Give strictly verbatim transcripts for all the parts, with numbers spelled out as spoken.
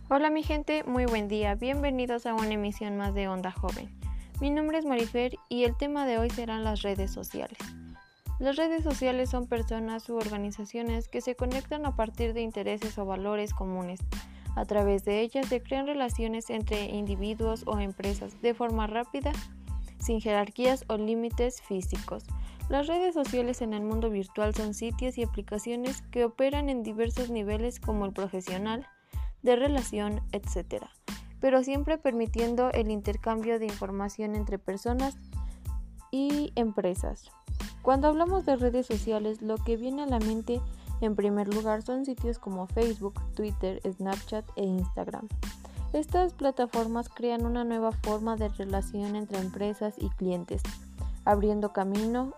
Hola mi gente, muy buen día, bienvenidos a una emisión más de Onda Joven. Mi nombre es Marifer y el tema de hoy serán las redes sociales. Las redes sociales son personas u organizaciones que se conectan a partir de intereses o valores comunes. A través de ellas se crean relaciones entre individuos o empresas de forma rápida, sin jerarquías o límites físicos. Las redes sociales en el mundo virtual son sitios y aplicaciones que operan en diversos niveles como el profesional, de relación, etcétera, pero siempre permitiendo el intercambio de información entre personas y empresas. Cuando hablamos de redes sociales, lo que viene a la mente en primer lugar son sitios como Facebook, Twitter, Snapchat e Instagram. Estas plataformas crean una nueva forma de relación entre empresas y clientes, abriendo camino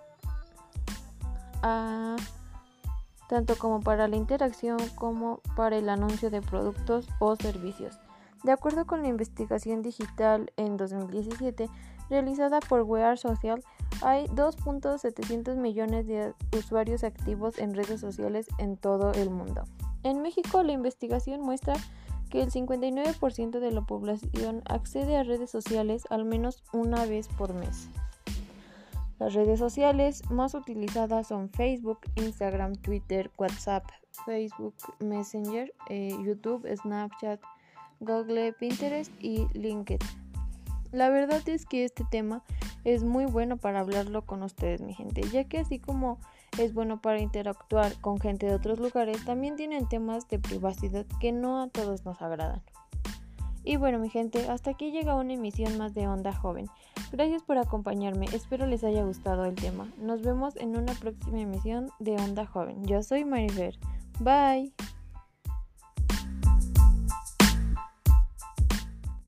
a tanto como para la interacción como para el anuncio de productos o servicios. De acuerdo con la investigación digital en dos mil diecisiete realizada por We Are Social, hay dos punto setecientos millones de usuarios activos en redes sociales en todo el mundo. En México, la investigación muestra que el cincuenta y nueve por ciento de la población accede a redes sociales al menos una vez por mes. Las redes sociales más utilizadas son Facebook, Instagram, Twitter, WhatsApp, Facebook Messenger, eh, YouTube, Snapchat, Google, Pinterest y LinkedIn. La verdad es que este tema es muy bueno para hablarlo con ustedes, mi gente, ya que así como es bueno para interactuar con gente de otros lugares, también tienen temas de privacidad que no a todos nos agradan. Y bueno, mi gente, hasta aquí llega una emisión más de Onda Joven. Gracias por acompañarme, espero les haya gustado el tema. Nos vemos en una próxima emisión de Onda Joven. Yo soy Marifer. Bye.